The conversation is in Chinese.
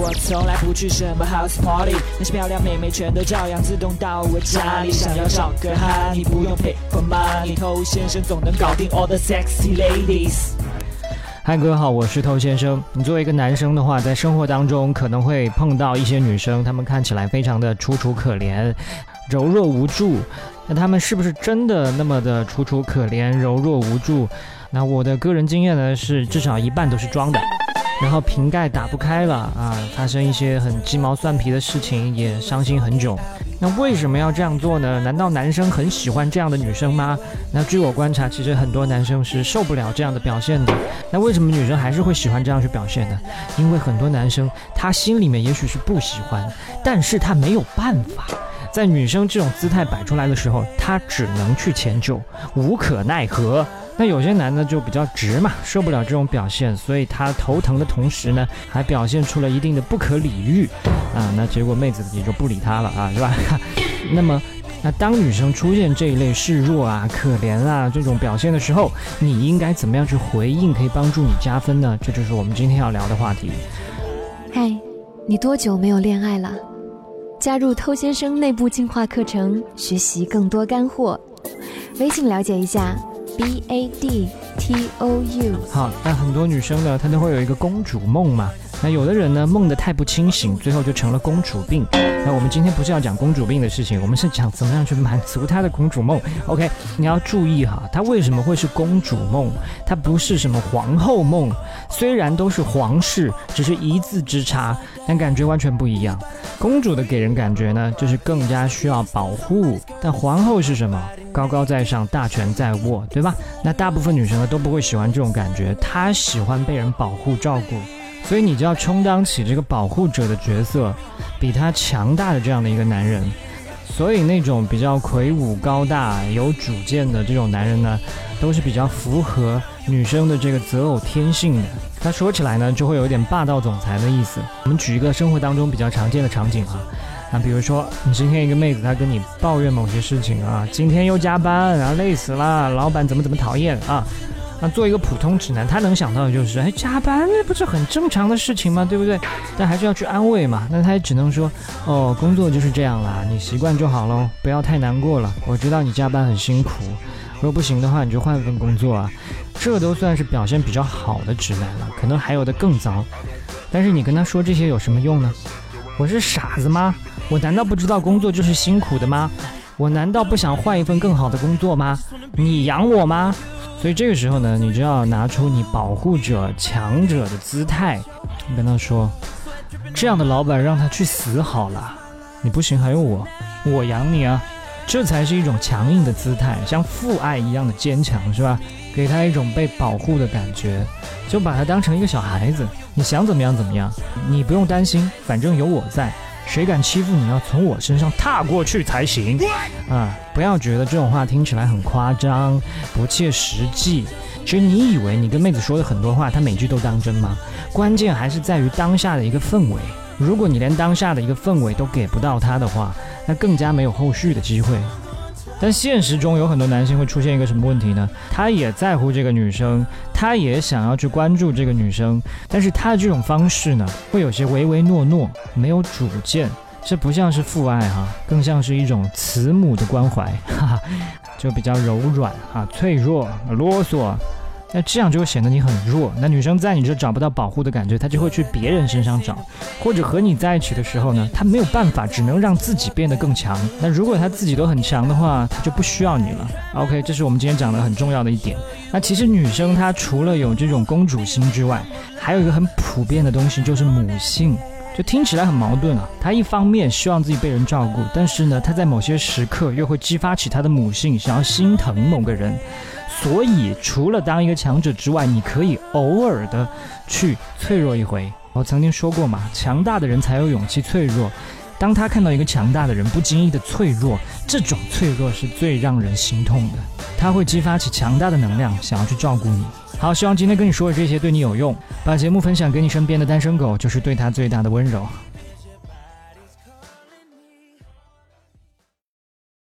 我从来不去什么 house party， 那些漂亮妹妹全都照样自动到我家里。想要找个哈，你不用 pay for money， 偷先生总能搞定 all the sexy ladies。 嗨，各位好，我是偷先生。你作为一个男生的话，在生活当中可能会碰到一些女生，她们看起来非常的楚楚可怜，柔弱无助。那她们是不是真的那么的楚楚可怜，柔弱无助？那我的个人经验呢，是至少一半都是装的。然后瓶盖打不开了啊，发生一些很鸡毛蒜皮的事情，也伤心很久。那为什么要这样做呢？难道男生很喜欢这样的女生吗？那据我观察，其实很多男生是受不了这样的表现的。那为什么女生还是会喜欢这样去表现呢？因为很多男生他心里面也许是不喜欢，但是他没有办法。在女生这种姿态摆出来的时候，他只能去迁就，无可奈何。那有些男的就比较直嘛，受不了这种表现，所以他头疼的同时呢，还表现出了一定的不可理喻啊。那结果妹子也就不理他了啊，是吧？那当女生出现这一类示弱啊、可怜啊这种表现的时候，你应该怎么样去回应，可以帮助你加分呢？这就是我们今天要聊的话题。 嗨，你多久没有恋爱了？加入偷先生内部进化课程，学习更多干货。微信了解一下 BADTOU。 好，那很多女生呢，她都会有一个公主梦嘛。那有的人呢，梦得太不清醒，最后就成了公主病。那我们今天不是要讲公主病的事情，我们是讲怎么样去满足她的公主梦。OK， 你要注意哈，她为什么会是公主梦？她不是什么皇后梦，虽然都是皇室，只是一字之差，但感觉完全不一样。公主的给人感觉呢，就是更加需要保护，但皇后是什么？高高在上，大权在握，对吧？那大部分女生呢都不会喜欢这种感觉，她喜欢被人保护照顾。所以你就要充当起这个保护者的角色，比他强大的这样的一个男人。所以那种比较魁梧高大有主见的这种男人呢，都是比较符合女生的这个择偶天性的。他说起来呢，就会有点霸道总裁的意思。我们举一个生活当中比较常见的场景啊，那比如说你今天一个妹子她跟你抱怨某些事情啊，今天又加班啊，累死了，老板怎么讨厌啊。那做一个普通直男，他能想到的就是加班那不是很正常的事情吗？对不对？但还是要去安慰嘛。那他也只能说工作就是这样啦，你习惯就好咯，不要太难过了。我知道你加班很辛苦，如果不行的话你就换份工作啊。这都算是表现比较好的直男了，可能还有的更糟。但是你跟他说这些有什么用呢？我是傻子吗？我难道不知道工作就是辛苦的吗？我难道不想换一份更好的工作吗？你养我吗？所以这个时候呢，你就要拿出你保护者、强者的姿态，你跟他说，这样的老板让他去死好了，你不行还有我养你啊。这才是一种强硬的姿态，像父爱一样的坚强，是吧？给他一种被保护的感觉，就把他当成一个小孩子，你想怎么样怎么样，你不用担心，反正有我在，谁敢欺负你要从我身上踏过去才行啊！不要觉得这种话听起来很夸张，不切实际。其实你以为你跟妹子说的很多话，她每句都当真吗？关键还是在于当下的一个氛围。如果你连当下的一个氛围都给不到她的话，那更加没有后续的机会。但现实中有很多男性会出现一个什么问题呢？他也在乎这个女生，他也想要去关注这个女生，但是他的这种方式呢，会有些唯唯诺诺，没有主见。这不像是父爱哈，更像是一种慈母的关怀，哈哈，就比较柔软啊，脆弱、啰嗦。那这样就会显得你很弱，那女生在你这找不到保护的感觉，她就会去别人身上找，或者和你在一起的时候呢，她没有办法，只能让自己变得更强。那如果她自己都很强的话，她就不需要你了。OK， 这是我们今天讲的很重要的一点。那其实女生她除了有这种公主心之外，还有一个很普遍的东西，就是母性。就听起来很矛盾啊，她一方面希望自己被人照顾，但是呢，她在某些时刻又会激发起她的母性，想要心疼某个人。所以除了当一个强者之外，你可以偶尔的去脆弱一回。我曾经说过嘛，强大的人才有勇气脆弱。当他看到一个强大的人不经意的脆弱，这种脆弱是最让人心痛的，他会激发起强大的能量，想要去照顾你。好，希望今天跟你说的这些对你有用，把节目分享给你身边的单身狗，就是对他最大的温柔。